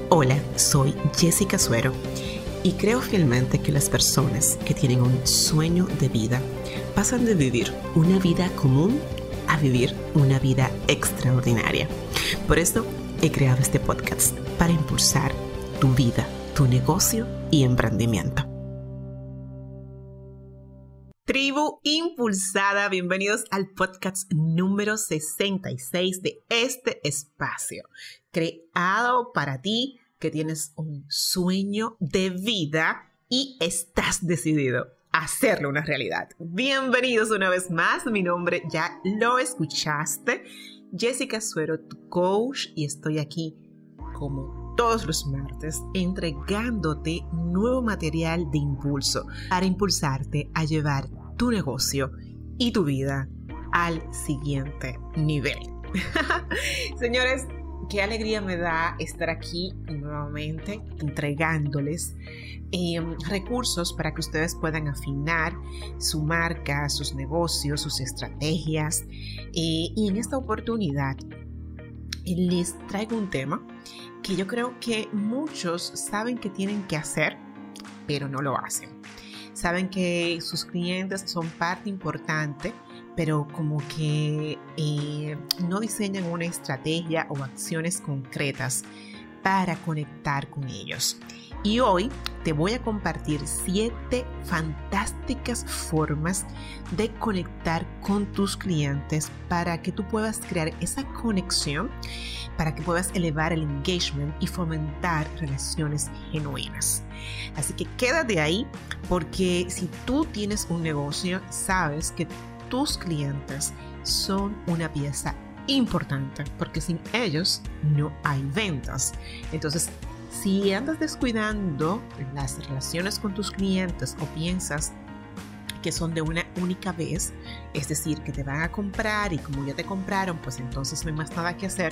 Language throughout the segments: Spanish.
Hola, soy Jessica Suero y creo fielmente que las personas que tienen un sueño de vida pasan de vivir una vida común a vivir una vida extraordinaria. Por eso he creado este podcast para impulsar tu vida, tu negocio y emprendimiento. Tribu Impulsada, bienvenidos al podcast número 66 de este espacio, creado para ti que tienes un sueño de vida y estás decidido a hacerlo una realidad. Bienvenidos una vez más, mi nombre ya lo escuchaste, Jessica Suero, tu coach, y estoy aquí como todos los martes entregándote nuevo material de impulso para impulsarte a llevar tu negocio y tu vida al siguiente nivel. Señores, qué alegría me da estar aquí nuevamente entregándoles recursos para que ustedes puedan afinar su marca, sus negocios, sus estrategias. Y en esta oportunidad les traigo un tema que yo creo que muchos saben que tienen que hacer, pero no lo hacen. Saben que sus clientes son parte importante, pero como que no diseñan una estrategia o acciones concretas para conectar con ellos. Y hoy te voy a compartir 7 fantásticas formas de conectar con tus clientes para que tú puedas crear esa conexión, para que puedas elevar el engagement y fomentar relaciones genuinas. Así que quédate ahí, porque si tú tienes un negocio, sabes que tus clientes son una pieza importante, porque sin ellos no hay ventas. Entonces, si andas descuidando las relaciones con tus clientes o piensas que son de una única vez, es decir, que te van a comprar y como ya te compraron, pues entonces no hay más nada que hacer,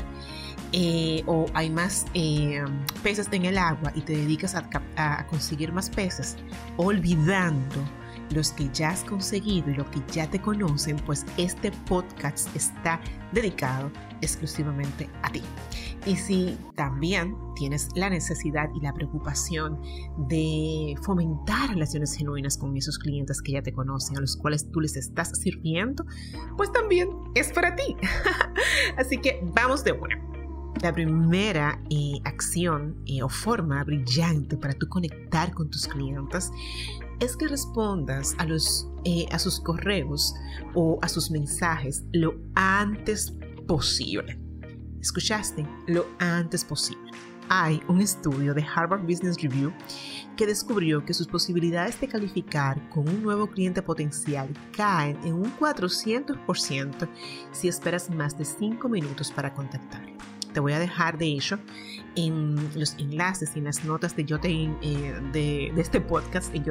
o hay más peces en el agua y te dedicas a conseguir más peces, olvidando los que ya has conseguido y los que ya te conocen, pues este podcast está dedicado exclusivamente a ti. Y si también tienes la necesidad y la preocupación de fomentar relaciones genuinas con esos clientes que ya te conocen, a los cuales tú les estás sirviendo, pues también es para ti. Así que vamos de una. La primera acción o forma brillante para tú conectar con tus clientes es que respondas a sus correos o a sus mensajes lo antes posible. ¿Escuchaste? Lo antes posible. Hay un estudio de Harvard Business Review que descubrió que sus posibilidades de calificar con un nuevo cliente potencial caen en un 400% si esperas más de 5 minutos para contactarlo. Te voy a dejar, de hecho, en los enlaces y en las notas de este podcast en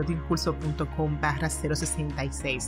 yotimpulso.com/066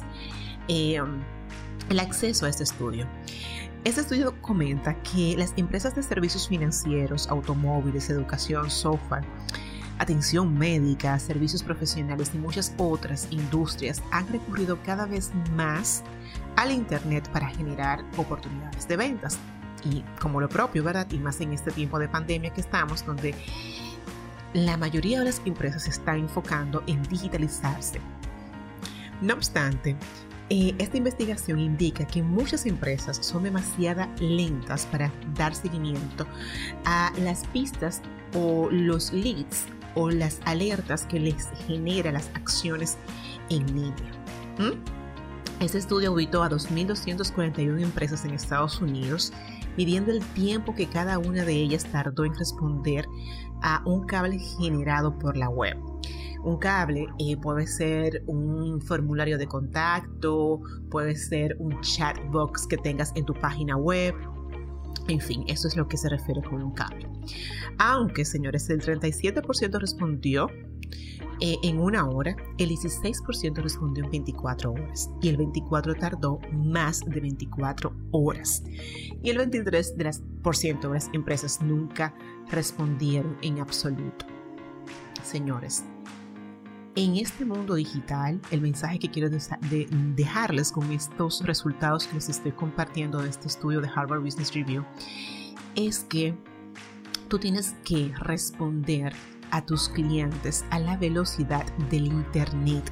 el acceso a este estudio. Este estudio comenta que las empresas de servicios financieros, automóviles, educación, software, atención médica, servicios profesionales y muchas otras industrias han recurrido cada vez más al Internet para generar oportunidades de ventas. Y como lo propio, ¿verdad? Y más en este tiempo de pandemia que estamos, donde la mayoría de las empresas se están enfocando en digitalizarse. No obstante, esta investigación indica que muchas empresas son demasiado lentas para dar seguimiento a las pistas o los leads o las alertas que les genera las acciones en línea. Este estudio auditó a 2.241 empresas en Estados Unidos, midiendo el tiempo que cada una de ellas tardó en responder a un cable generado por la web. Un cable puede ser un formulario de contacto, puede ser un chat box que tengas en tu página web. En fin, eso es lo que se refiere con un cable. Aunque, señores, el 37% respondió en 1 hora, el 16% respondió en 24 horas y el 24% tardó más de 24 horas. Y el 23% de las empresas nunca respondieron en absoluto. Señores, en este mundo digital, el mensaje que quiero dejarles con estos resultados que les estoy compartiendo de este estudio de Harvard Business Review es que tú tienes que responder a tus clientes a la velocidad del internet.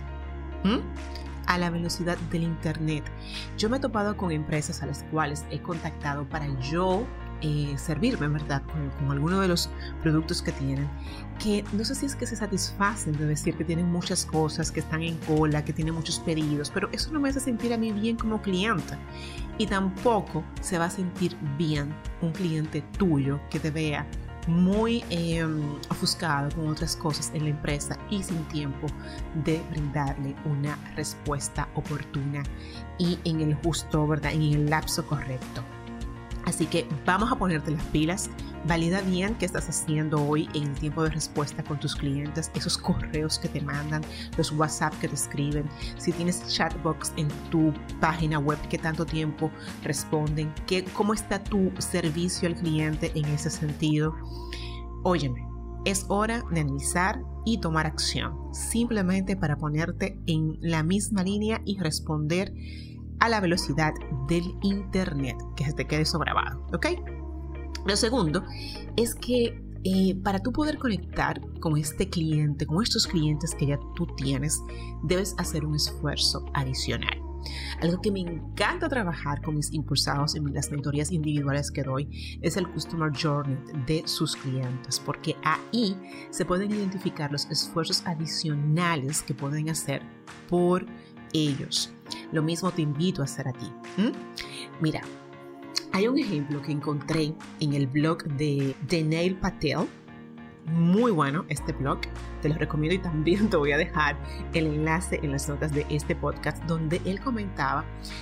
A la velocidad del internet. Yo me he topado con empresas a las cuales he contactado para yo servirme, ¿verdad? Con alguno de los productos que tienen, que no sé si es que se satisfacen de decir que tienen muchas cosas, que están en cola, que tienen muchos pedidos, pero eso no me hace sentir a mí bien como clienta. Y tampoco se va a sentir bien un cliente tuyo que te vea muy ofuscado con otras cosas en la empresa y sin tiempo de brindarle una respuesta oportuna y en el justo, ¿verdad? En el lapso correcto. Así que vamos a ponerte las pilas. Valida bien qué estás haciendo hoy en el tiempo de respuesta con tus clientes, esos correos que te mandan, los WhatsApp que te escriben, si tienes chatbox en tu página web, qué tanto tiempo responden, cómo está tu servicio al cliente en ese sentido. Óyeme, es hora de analizar y tomar acción, simplemente para ponerte en la misma línea y responder a la velocidad del internet, que se te quede eso grabado, ¿ok? Lo segundo es que para tú poder conectar con este cliente, con estos clientes que ya tú tienes, debes hacer un esfuerzo adicional. Algo que me encanta trabajar con mis impulsados en las mentorías individuales que doy es el Customer Journey de sus clientes, porque ahí se pueden identificar los esfuerzos adicionales que pueden hacer por ellos. Lo mismo te invito a hacer a ti. Mira, hay un ejemplo que encontré en el blog de Neil Patel. Muy bueno este blog, te lo recomiendo y también te voy a dejar el enlace en las notas de este podcast, donde él comentaba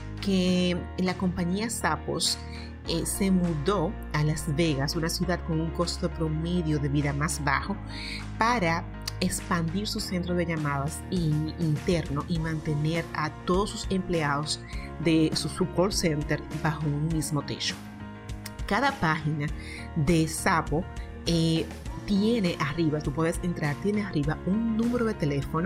que la compañía Zappos se mudó a Las Vegas, una ciudad con un costo promedio de vida más bajo, para expandir su centro de llamadas interno y mantener a todos sus empleados de su call center bajo un mismo techo. Cada página de Zappo tiene arriba, tú puedes entrar, tiene arriba un número de teléfono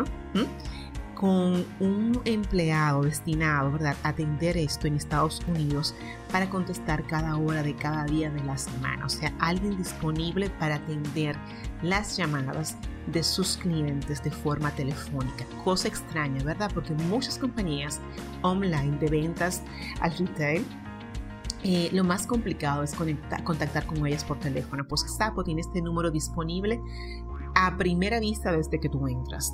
con un empleado destinado, ¿verdad?, a atender esto en Estados Unidos para contestar cada hora de cada día de la semana. O sea, alguien disponible para atender las llamadas de sus clientes de forma telefónica. Cosa extraña, ¿verdad? Porque muchas compañías online de ventas al retail, lo más complicado es contactar con ellas por teléfono. Pues Zappo tiene este número disponible a primera vista desde que tú entras.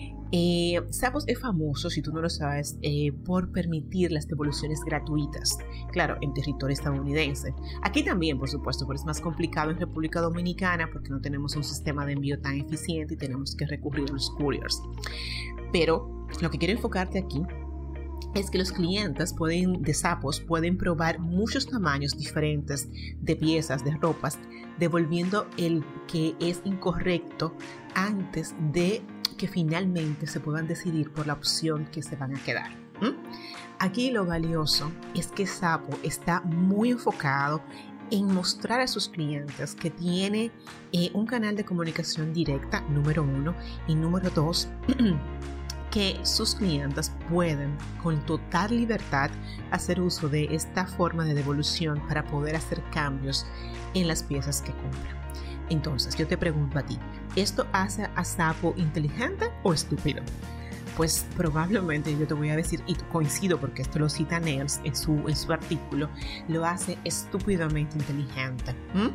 Zappos es famoso, si tú no lo sabes, por permitir las devoluciones gratuitas, claro, en territorio estadounidense. Aquí también, por supuesto, pero es más complicado en República Dominicana porque no tenemos un sistema de envío tan eficiente y tenemos que recurrir a los couriers. Pero lo que quiero enfocarte aquí es que los clientes de Zappos pueden probar muchos tamaños diferentes de piezas, de ropas, devolviendo el que es incorrecto antes de que finalmente se puedan decidir por la opción que se van a quedar. Aquí lo valioso es que Zappo está muy enfocado en mostrar a sus clientes que tiene un canal de comunicación directa, número 1, y número 2, que sus clientes pueden con total libertad hacer uso de esta forma de devolución para poder hacer cambios en las piezas que compran. Entonces, yo te pregunto a ti, ¿esto hace a Zappo inteligente o estúpido? Pues probablemente yo te voy a decir, y coincido porque esto lo cita Niels en su artículo, lo hace estúpidamente inteligente.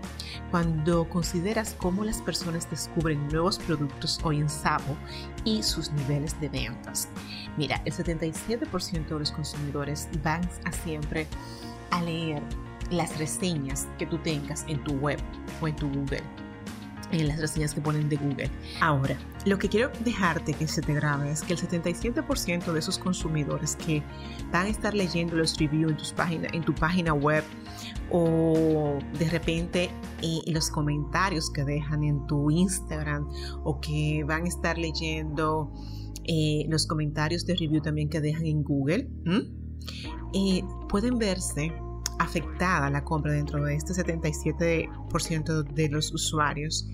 Cuando consideras cómo las personas descubren nuevos productos hoy en Zappo y sus niveles de ventas. Mira, el 77% de los consumidores van siempre a leer las reseñas que tú tengas en tu web o en tu Google, en las reseñas que ponen de Google. Ahora, lo que quiero dejarte que se te grabe es que el 77% de esos consumidores que van a estar leyendo los reviews en tu página web o de repente los comentarios que dejan en tu Instagram, o que van a estar leyendo los comentarios de review también que dejan en Google, pueden verse afectada la compra dentro de este 77% de los usuarios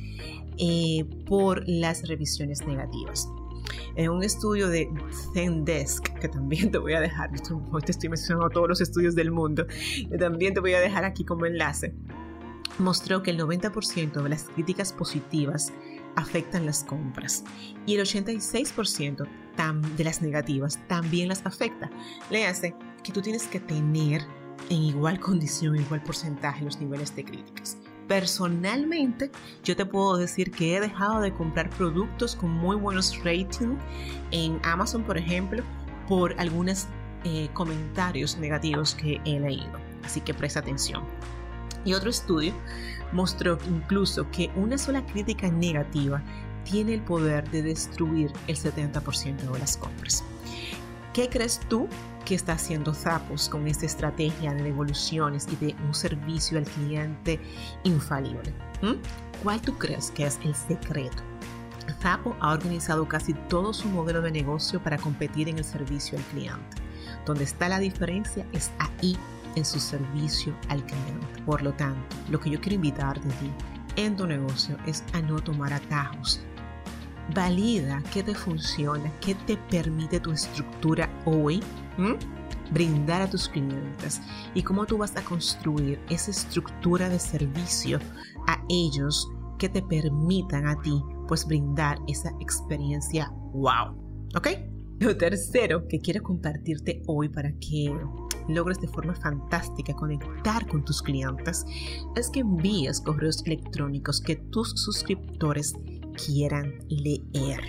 por las revisiones negativas. En un estudio de Zendesk, que también te voy a dejar, hoy te estoy mencionando todos los estudios del mundo, que también te voy a dejar aquí como enlace, mostró que el 90% de las críticas positivas afectan las compras y el 86% de las negativas también las afecta. Le hace que tú tienes que tener en igual condición, igual porcentaje los niveles de críticas. Personalmente, yo te puedo decir que he dejado de comprar productos con muy buenos ratings en Amazon, por ejemplo, por algunos comentarios negativos que he leído. Así que presta atención. Y otro estudio mostró incluso que una sola crítica negativa tiene el poder de destruir el 70% de las compras. ¿Qué crees tú que está haciendo Zappos con esta estrategia de devoluciones y de un servicio al cliente infalible? ¿Cuál tú crees que es el secreto? Zappos ha organizado casi todo su modelo de negocio para competir en el servicio al cliente. Donde está la diferencia es ahí, en su servicio al cliente. Por lo tanto, lo que yo quiero invitarte a ti en tu negocio es a no tomar atajos. Valida qué te funciona, qué te permite tu estructura hoy brindar a tus clientes y cómo tú vas a construir esa estructura de servicio a ellos que te permitan a ti pues brindar esa experiencia wow. ¿Ok? Lo tercero que quiero compartirte hoy para que logres de forma fantástica conectar con tus clientes es que envíes correos electrónicos que tus suscriptores quieran leer.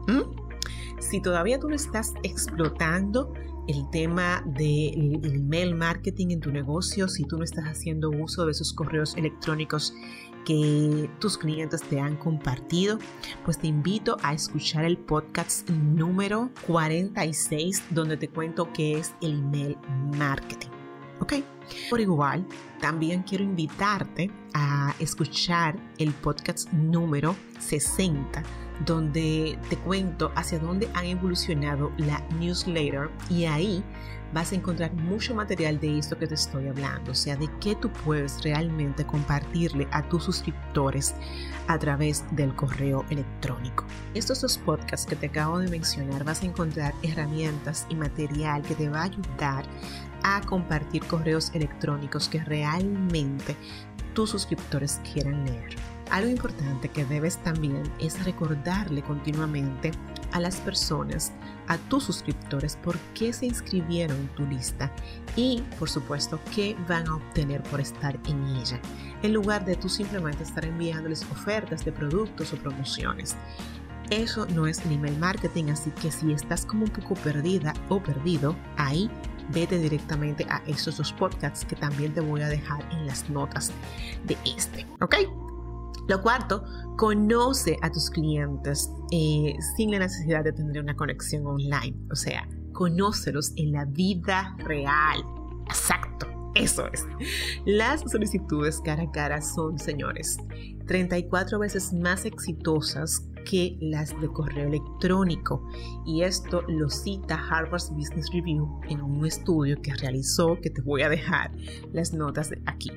Si todavía tú no estás explotando el tema del email marketing en tu negocio, si tú no estás haciendo uso de esos correos electrónicos que tus clientes te han compartido, pues te invito a escuchar el podcast número 46, donde te cuento qué es el email marketing. ¿Ok? Por igual, también quiero invitarte a escuchar el podcast número 60, donde te cuento hacia dónde han evolucionado la newsletter, y ahí vas a encontrar mucho material de esto que te estoy hablando, o sea, de qué tú puedes realmente compartirle a tus suscriptores a través del correo electrónico. Estos dos podcasts que te acabo de mencionar, vas a encontrar herramientas y material que te va a ayudar a compartir correos electrónicos que realmente tus suscriptores quieran leer. Algo importante que debes también es recordarle continuamente a las personas, a tus suscriptores, por qué se inscribieron en tu lista y, por supuesto, qué van a obtener por estar en ella, en lugar de tú simplemente estar enviándoles ofertas de productos o promociones. Eso no es el email marketing, así que si estás como un poco perdida o perdido, ahí vete directamente a estos dos podcasts que también te voy a dejar en las notas de este, ¿ok? Lo cuarto, conoce a tus clientes sin la necesidad de tener una conexión online. O sea, conócelos en la vida real. Exacto, eso es. Las solicitudes cara a cara son, señores, 34 veces más exitosas que las de correo electrónico. Y esto lo cita Harvard Business Review en un estudio que realizó, que te voy a dejar las notas aquí.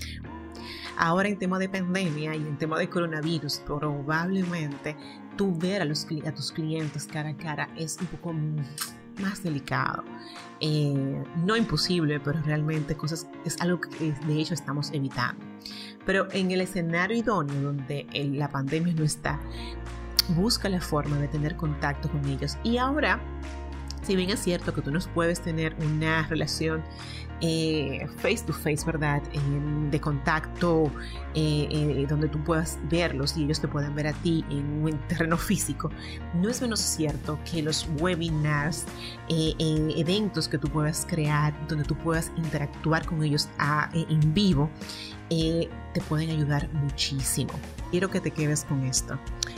Ahora en tema de pandemia y en tema de coronavirus, probablemente tú ver a tus clientes cara a cara es un poco más delicado. No imposible, pero realmente es algo que de hecho estamos evitando. Pero en el escenario idóneo donde la pandemia no está, busca la forma de tener contacto con ellos. Y ahora, si bien es cierto que tú no puedes tener una relación face to face, ¿verdad? De contacto, donde tú puedas verlos y ellos te puedan ver a ti en un terreno físico, no es menos cierto que los webinars, eventos que tú puedas crear, donde tú puedas interactuar con ellos en vivo, te pueden ayudar muchísimo. Quiero que te quedes con esto.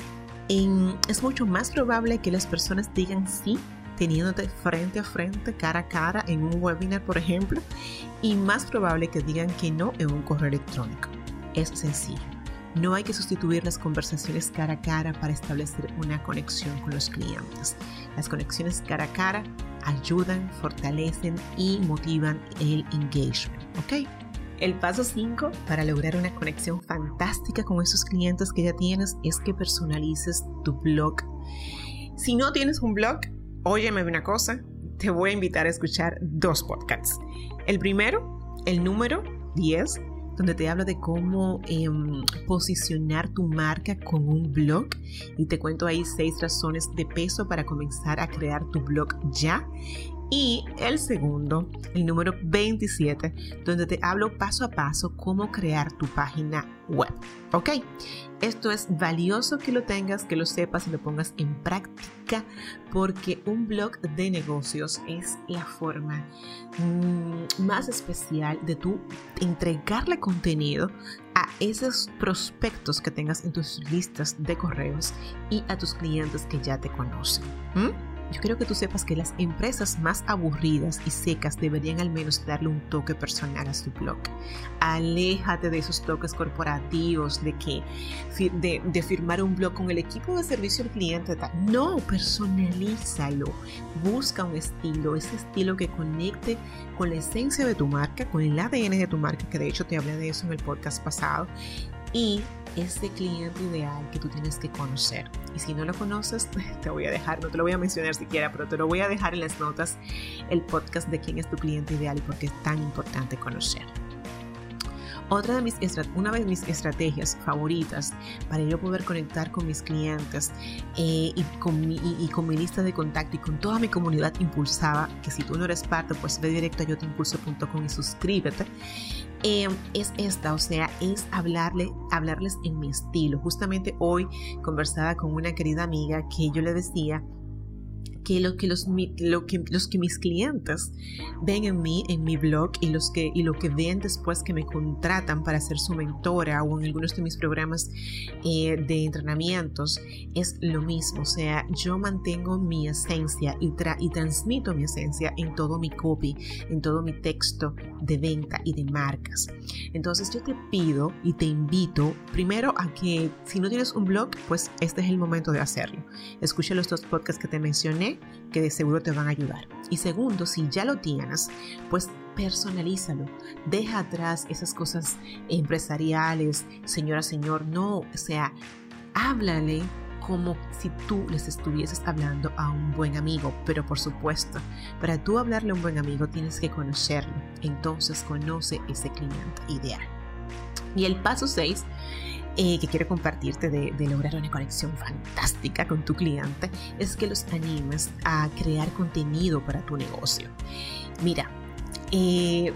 Es mucho más probable que las personas digan sí teniéndote frente a frente, cara a cara en un webinar, por ejemplo, y más probable que digan que no en un correo electrónico. Es sencillo. No hay que sustituir las conversaciones cara a cara para establecer una conexión con los clientes. Las conexiones cara a cara ayudan, fortalecen y motivan el engagement, ¿ok? El paso 5 para lograr una conexión fantástica con esos clientes que ya tienes es que personalices tu blog. Si no tienes un blog, óyeme una cosa, te voy a invitar a escuchar 2 podcasts. El primero, el número 10, donde te hablo de cómo posicionar tu marca con un blog y te cuento ahí 6 razones de peso para comenzar a crear tu blog ya. Y el segundo, el número 27, donde te hablo paso a paso cómo crear tu página web. ¿Ok? Esto es valioso que lo tengas, que lo sepas y lo pongas en práctica, porque un blog de negocios es la forma más especial de tú entregarle contenido a esos prospectos que tengas en tus listas de correos y a tus clientes que ya te conocen. Yo quiero que tú sepas que las empresas más aburridas y secas deberían al menos darle un toque personal a su blog. Aléjate de esos toques corporativos de firmar un blog con el equipo de servicio al cliente. No, personalízalo. Busca un estilo, ese estilo que conecte con la esencia de tu marca, con el ADN de tu marca, que de hecho te hablé de eso en el podcast pasado, y ese cliente ideal que tú tienes que conocer. Y si no lo conoces, te voy a dejar, no te lo voy a mencionar siquiera, pero te lo voy a dejar en las notas el podcast de quién es tu cliente ideal y por qué es tan importante conocer. Una de mis estrategias favoritas para yo poder conectar con mis clientes y con mi lista de contacto y con toda mi comunidad impulsada, que si tú no eres parte, pues ve directo a yotimpulso.com y suscríbete. Es esta, o sea, es hablarles en mi estilo. Justamente hoy conversaba con una querida amiga que yo le decía que lo que mis clientes ven en mí, en mi blog, y lo que ven después que me contratan para ser su mentora o en algunos de mis programas de entrenamientos es lo mismo. O sea, yo mantengo mi esencia y transmito mi esencia en todo mi copy, en todo mi texto de venta y de marcas. Entonces yo te pido y te invito primero a que si no tienes un blog, pues este es el momento de hacerlo. Escucha los 2 podcasts que te mencioné, que de seguro te van a ayudar. Y segundo, si ya lo tienes, pues personalízalo. Deja atrás esas cosas empresariales, señora, señor. No, o sea, háblale como si tú les estuvieses hablando a un buen amigo. Pero por supuesto, para tú hablarle a un buen amigo tienes que conocerlo. Entonces conoce ese cliente ideal. Y el paso 6 que quiero compartirte de lograr una conexión fantástica con tu cliente es que los animes a crear contenido para tu negocio. Mira, el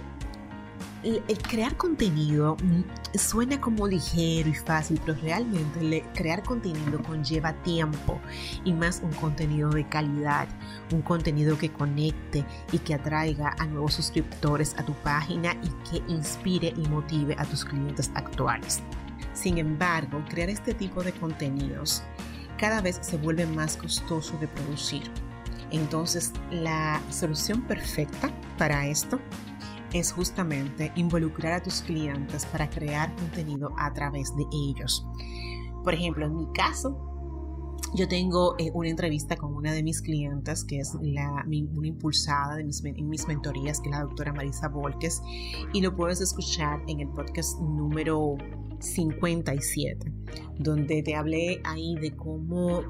crear contenido suena como ligero y fácil, pero realmente crear contenido conlleva tiempo, y más un contenido de calidad, un contenido que conecte y que atraiga a nuevos suscriptores a tu página y que inspire y motive a tus clientes actuales. Sin embargo, crear este tipo de contenidos cada vez se vuelve más costoso de producir. Entonces, la solución perfecta para esto es justamente involucrar a tus clientes para crear contenido a través de ellos. Por ejemplo, en mi caso, yo tengo una entrevista con una de mis clientes, que es una impulsada en mis mentorías, que es la doctora Marisa Volques, y lo puedes escuchar en el podcast número 57, donde te hablé ahí de cómo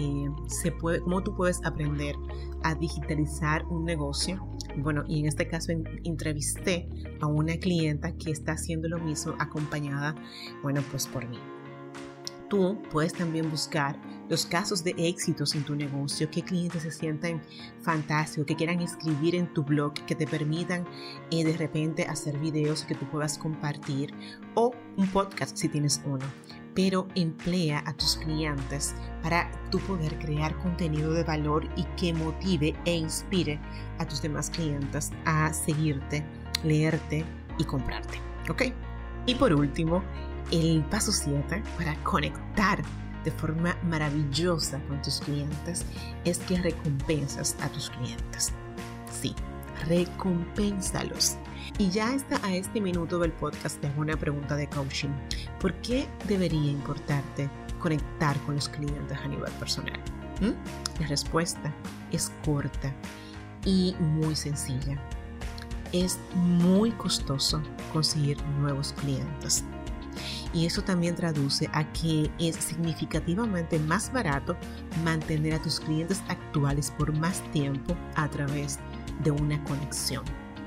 tú puedes aprender a digitalizar un negocio. Bueno, y en este caso entrevisté a una clienta que está haciendo lo mismo, acompañada, bueno, pues por mí. Tú puedes también buscar los casos de éxitos en tu negocio, qué clientes se sientan fantásticos, que quieran escribir en tu blog, que te permitan de repente hacer videos que tú puedas compartir, o un podcast si tienes uno. Pero emplea a tus clientes para tú poder crear contenido de valor y que motive e inspire a tus demás clientes a seguirte, leerte y comprarte. ¿Ok? Y por último, el paso 7 para conectar de forma maravillosa con tus clientes es que recompensas a tus clientes. Sí, recompénsalos. Y ya está a este minuto del podcast, te hago una pregunta de coaching. ¿Por qué debería importarte conectar con los clientes a nivel personal? La respuesta es corta y muy sencilla. Es muy costoso conseguir nuevos clientes. Y eso también traduce a que es significativamente más barato mantener a tus clientes actuales por más tiempo a través de una conexión.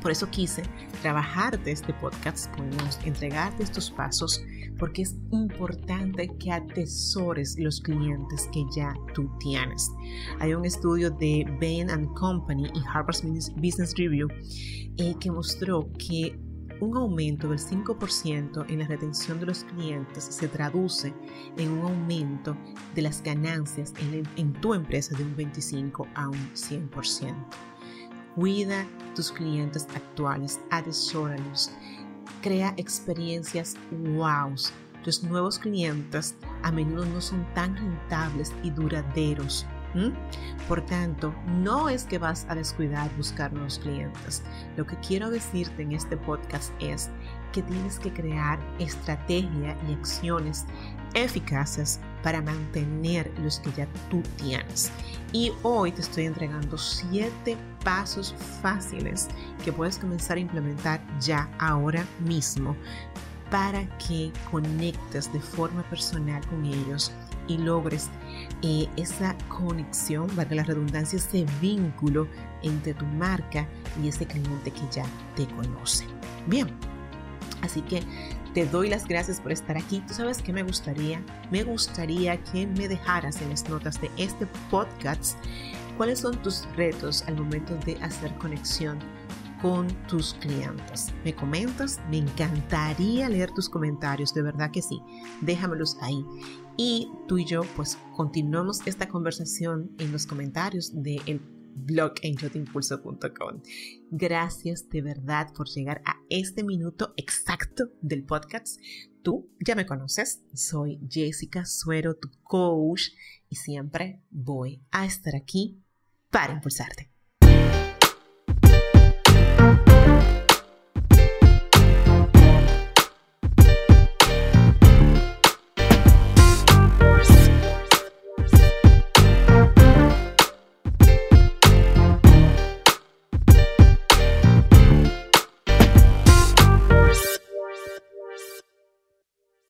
Por eso quise trabajarte este podcast, podemos entregarte estos pasos, porque es importante que atesores los clientes que ya tú tienes. Hay un estudio de Bain & Company y Harvard Business Review que mostró que un aumento del 5% en la retención de los clientes se traduce en un aumento de las ganancias en tu empresa de un 25 a un 100%. Cuida tus clientes actuales, atesóralos, crea experiencias wow. Tus nuevos clientes a menudo no son tan rentables y duraderos. Por tanto, no es que vas a descuidar buscar nuevos clientes. Lo que quiero decirte en este podcast es que tienes que crear estrategia y acciones eficaces para mantener los que ya tú tienes. Y hoy te estoy entregando 7 pasos fáciles que puedes comenzar a implementar ya ahora mismo para que conectes de forma personal con ellos y logres esa conexión, valga la redundancia, ese vínculo entre tu marca y ese cliente que ya te conoce. Bien, así que te doy las gracias por estar aquí. ¿Tú sabes qué me gustaría? Me gustaría que me dejaras en las notas de este podcast cuáles son tus retos al momento de hacer conexión con tus clientes. ¿Me comentas? Me encantaría leer tus comentarios, de verdad que sí. Déjamelos ahí. Y tú y yo pues continuamos esta conversación en los comentarios del blog en yotimpulso.com. Gracias de verdad por llegar a este minuto exacto del podcast. Tú ya me conoces, soy Jessica Suero, tu coach, y siempre voy a estar aquí para impulsarte.